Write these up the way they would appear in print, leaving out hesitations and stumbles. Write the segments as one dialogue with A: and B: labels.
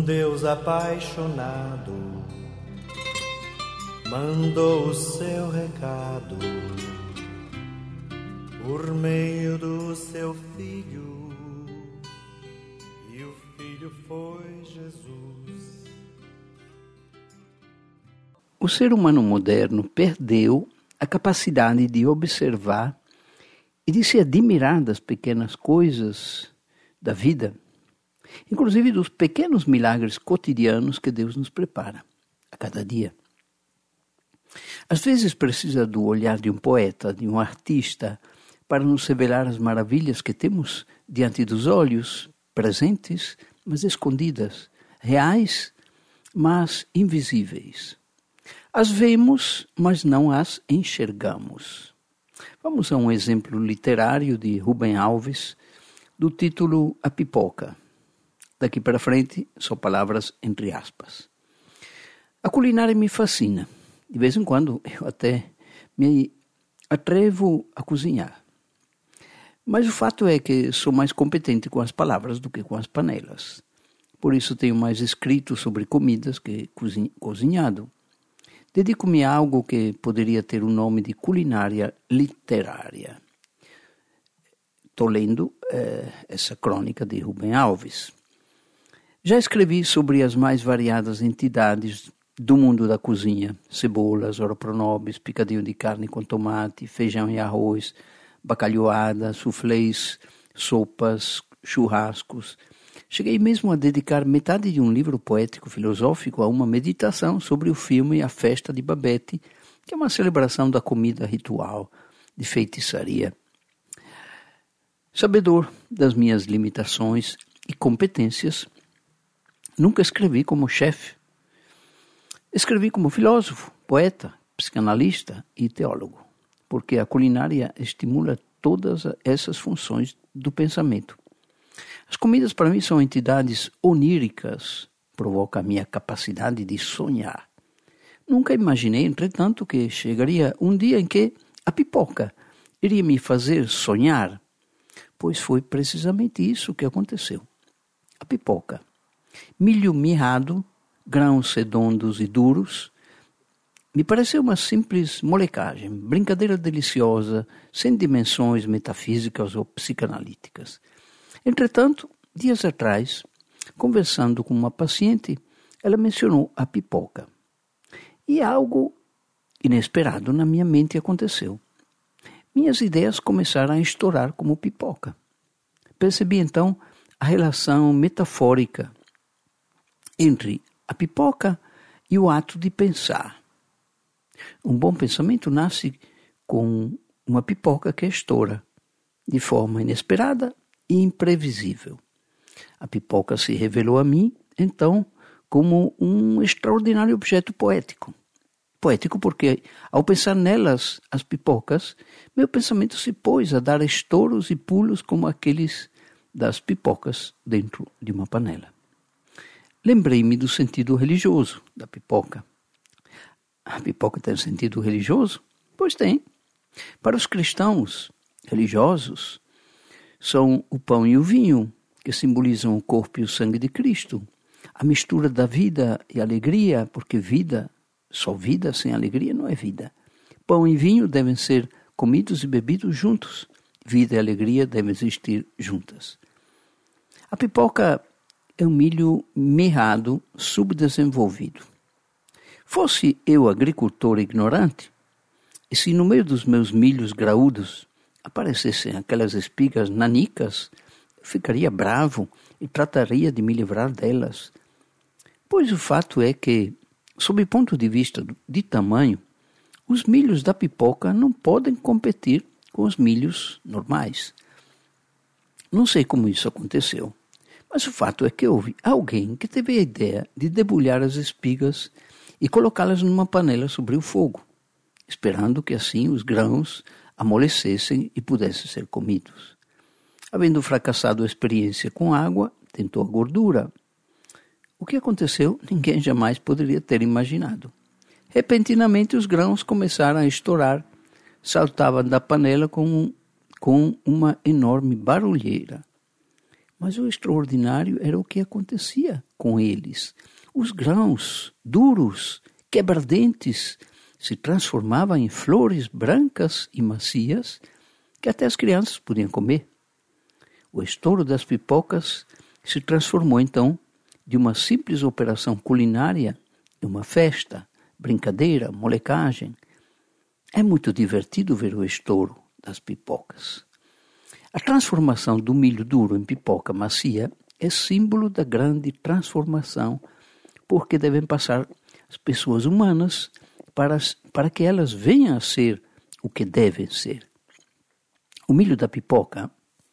A: Deus apaixonado mandou o seu recado por meio do seu filho, e o filho foi Jesus.
B: O ser humano moderno perdeu a capacidade de observar e de se admirar das pequenas coisas da vida, inclusive dos pequenos milagres cotidianos que Deus nos prepara a cada dia. Às vezes precisa do olhar de um poeta, de um artista, para nos revelar as maravilhas que temos diante dos olhos, presentes, mas escondidas, reais, mas invisíveis. As vemos, mas não as enxergamos. Vamos a um exemplo literário de Rubem Alves, do título A Pipoca. Daqui para frente, só palavras entre aspas. A culinária me fascina. De vez em quando, eu até me atrevo a cozinhar. Mas o fato é que sou mais competente com as palavras do que com as panelas. Por isso tenho mais escrito sobre comidas que cozinhado. Dedico-me a algo que poderia ter o nome de culinária literária. Estou lendo essa crônica de Rubem Alves. Já escrevi sobre as mais variadas entidades do mundo da cozinha: cebolas, oropronobis, picadinho de carne com tomate, feijão e arroz, bacalhoada, soufflés, sopas, churrascos. Cheguei mesmo a dedicar metade de um livro poético-filosófico a uma meditação sobre o filme A Festa de Babette, que é uma celebração da comida ritual de feitiçaria. Sabedor das minhas limitações e competências, nunca escrevi como chefe. Escrevi como filósofo, poeta, psicanalista e teólogo, porque a culinária estimula todas essas funções do pensamento. As comidas para mim são entidades oníricas, provocam a minha capacidade de sonhar. Nunca imaginei, entretanto, que chegaria um dia em que a pipoca iria me fazer sonhar, pois foi precisamente isso que aconteceu. A pipoca, milho mirrado, grãos redondos e duros, me pareceu uma simples molecagem, brincadeira deliciosa, sem dimensões metafísicas ou psicanalíticas. Entretanto, dias atrás, conversando com uma paciente, ela mencionou a pipoca. E algo inesperado na minha mente aconteceu. Minhas ideias começaram a estourar como pipoca. Percebi então a relação metafórica entre a pipoca e o ato de pensar. Um bom pensamento nasce com uma pipoca que estoura, de forma inesperada e imprevisível. A pipoca se revelou a mim, então, como um extraordinário objeto poético. Poético porque, ao pensar nelas, as pipocas, meu pensamento se pôs a dar estouros e pulos como aqueles das pipocas dentro de uma panela. Lembrei-me do sentido religioso da pipoca. A pipoca tem sentido religioso? Pois tem. Para os cristãos religiosos, são o pão e o vinho, que simbolizam o corpo e o sangue de Cristo. A mistura da vida e alegria, porque vida, só vida sem alegria não é vida. Pão e vinho devem ser comidos e bebidos juntos. Vida e alegria devem existir juntas. A pipoca é um milho mirrado, subdesenvolvido. Fosse eu agricultor ignorante, e se no meio dos meus milhos graúdos aparecessem aquelas espigas nanicas, eu ficaria bravo e trataria de me livrar delas. Pois o fato é que, sob o ponto de vista de tamanho, os milhos da pipoca não podem competir com os milhos normais. Não sei como isso aconteceu, mas o fato é que houve alguém que teve a ideia de debulhar as espigas e colocá-las numa panela sobre o fogo, esperando que assim os grãos amolecessem e pudessem ser comidos. Havendo fracassado a experiência com água, tentou a gordura. O que aconteceu, ninguém jamais poderia ter imaginado. Repentinamente os grãos começaram a estourar, saltavam da panela com uma enorme barulheira. Mas o extraordinário era o que acontecia com eles. Os grãos duros, quebradentes, se transformavam em flores brancas e macias que até as crianças podiam comer. O estouro das pipocas se transformou então de uma simples operação culinária em uma festa, brincadeira, molecagem. É muito divertido ver o estouro das pipocas. A transformação do milho duro em pipoca macia é símbolo da grande transformação, porque devem passar as pessoas humanas para que elas venham a ser o que devem ser. O milho da pipoca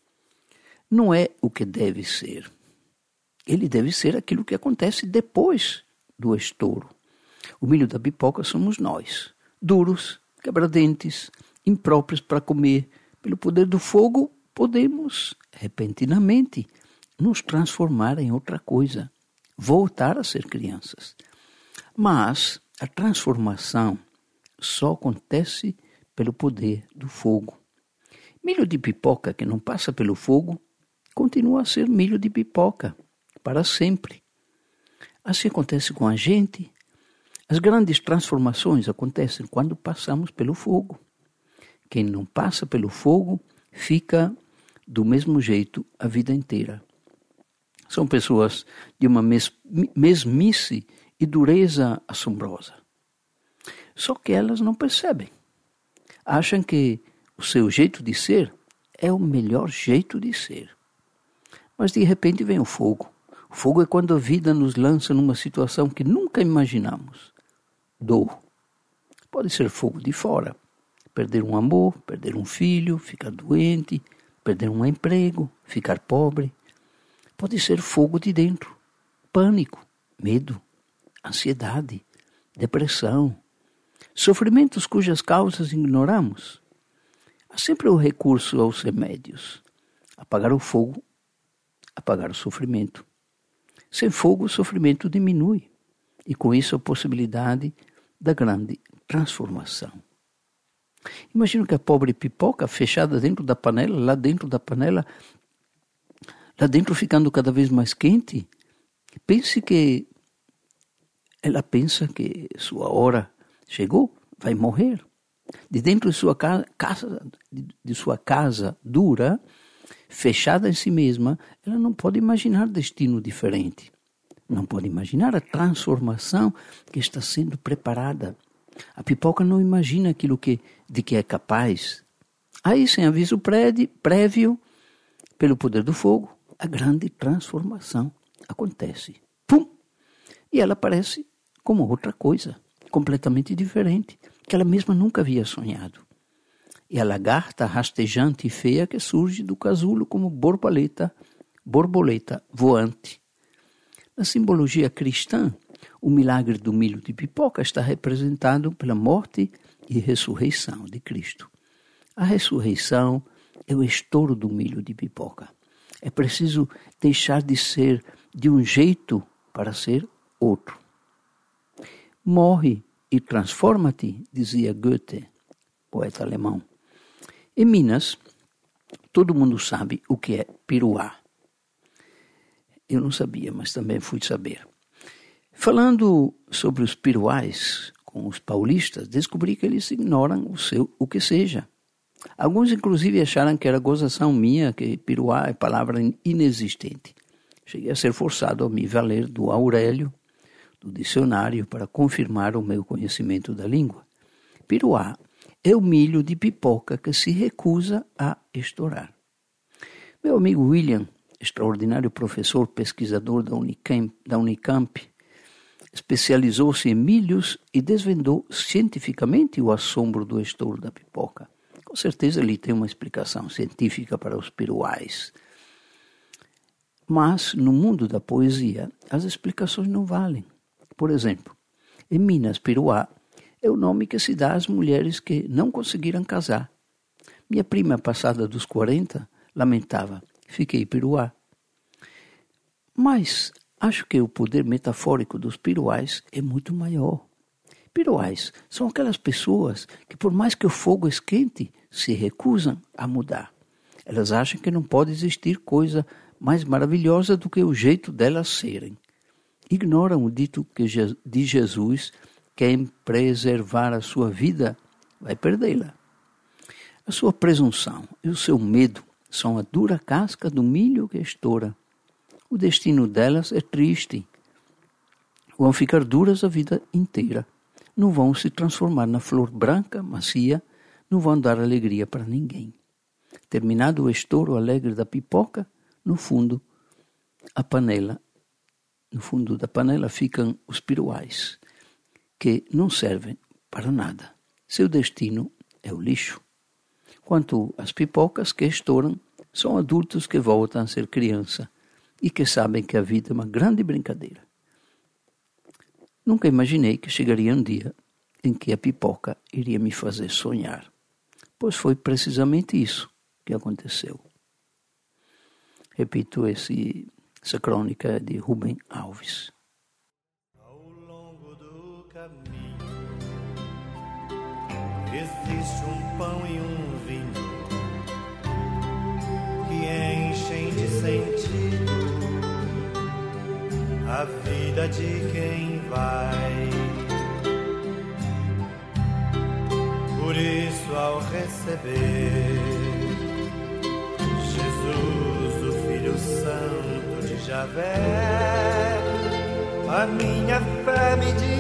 B: não é o que deve ser. Ele deve ser aquilo que acontece depois do estouro. O milho da pipoca somos nós, duros, quebradentes, impróprios para comer. Pelo poder do fogo, podemos, repentinamente, nos transformar em outra coisa, voltar a ser crianças. Mas a transformação só acontece pelo poder do fogo. Milho de pipoca que não passa pelo fogo continua a ser milho de pipoca para sempre. Assim acontece com a gente. As grandes transformações acontecem quando passamos pelo fogo. Quem não passa pelo fogo fica do mesmo jeito a vida inteira. São pessoas de uma mesmice e dureza assombrosa. Só que elas não percebem. Acham que o seu jeito de ser é o melhor jeito de ser. Mas de repente vem o fogo. O fogo é quando a vida nos lança numa situação que nunca imaginamos. Dor. Pode ser fogo de fora. Perder um amor, perder um filho, ficar doente, perder um emprego, ficar pobre. Pode ser fogo de dentro. Pânico, medo, ansiedade, depressão. Sofrimentos cujas causas ignoramos. Há sempre o recurso aos remédios. Apagar o fogo, apagar o sofrimento. Sem fogo, o sofrimento diminui. E com isso a possibilidade da grande transformação. Imagina que a pobre pipoca fechada dentro da panela, lá dentro ficando cada vez mais quente. Ela pensa que sua hora chegou, vai morrer. De dentro de sua casa dura, fechada em si mesma, ela não pode imaginar destino diferente. Não pode imaginar a transformação que está sendo preparada. A pipoca não imagina aquilo de que é capaz. Aí, sem aviso prévio, pelo poder do fogo, a grande transformação acontece. Pum! E ela aparece como outra coisa, completamente diferente, que ela mesma nunca havia sonhado. E a lagarta rastejante e feia que surge do casulo como borboleta voante. Na simbologia cristã, o milagre do milho de pipoca está representado pela morte e ressurreição de Cristo. A ressurreição é o estouro do milho de pipoca. É preciso deixar de ser de um jeito para ser outro. Morre e transforma-te, dizia Goethe, poeta alemão. Em Minas, todo mundo sabe o que é piruá. Eu não sabia, mas também fui saber. Falando sobre os piruás com os paulistas, descobri que eles ignoram o que seja. Alguns, inclusive, acharam que era gozação minha, que piruá é palavra inexistente. Cheguei a ser forçado a me valer do Aurélio, do dicionário, para confirmar o meu conhecimento da língua. Piruá é o milho de pipoca que se recusa a estourar. Meu amigo William, extraordinário professor pesquisador da Unicamp, especializou-se em milhos e desvendou cientificamente o assombro do estouro da pipoca. Com certeza ele tem uma explicação científica para os piruás. Mas, no mundo da poesia, as explicações não valem. Por exemplo, em Minas, piruá é o nome que se dá às mulheres que não conseguiram casar. Minha prima, passada dos 40, lamentava: fiquei piruá. Mas acho que o poder metafórico dos piruás é muito maior. Piruás são aquelas pessoas que, por mais que o fogo esquente, se recusam a mudar. Elas acham que não pode existir coisa mais maravilhosa do que o jeito delas serem. Ignoram o dito de Jesus: quem preservar a sua vida vai perdê-la. A sua presunção e o seu medo são a dura casca do milho que estoura. O destino delas é triste. Vão ficar duras a vida inteira. Não vão se transformar na flor branca, macia, não vão dar alegria para ninguém. Terminado o estouro alegre da pipoca, no fundo da panela ficam os piruais, que não servem para nada. Seu destino é o lixo. Quanto às pipocas que estouram, são adultos que voltam a ser criança e que sabem que a vida é uma grande brincadeira. Nunca imaginei que chegaria um dia em que a pipoca iria me fazer sonhar, pois foi precisamente isso que aconteceu. Repito, essa crônica de Rubem Alves.
A: Ao longo do caminho existe um pão e um vinho que enchem de sentido a vida de quem vai. Por isso, ao receber Jesus, o Filho Santo de Javé, a minha fé me diz: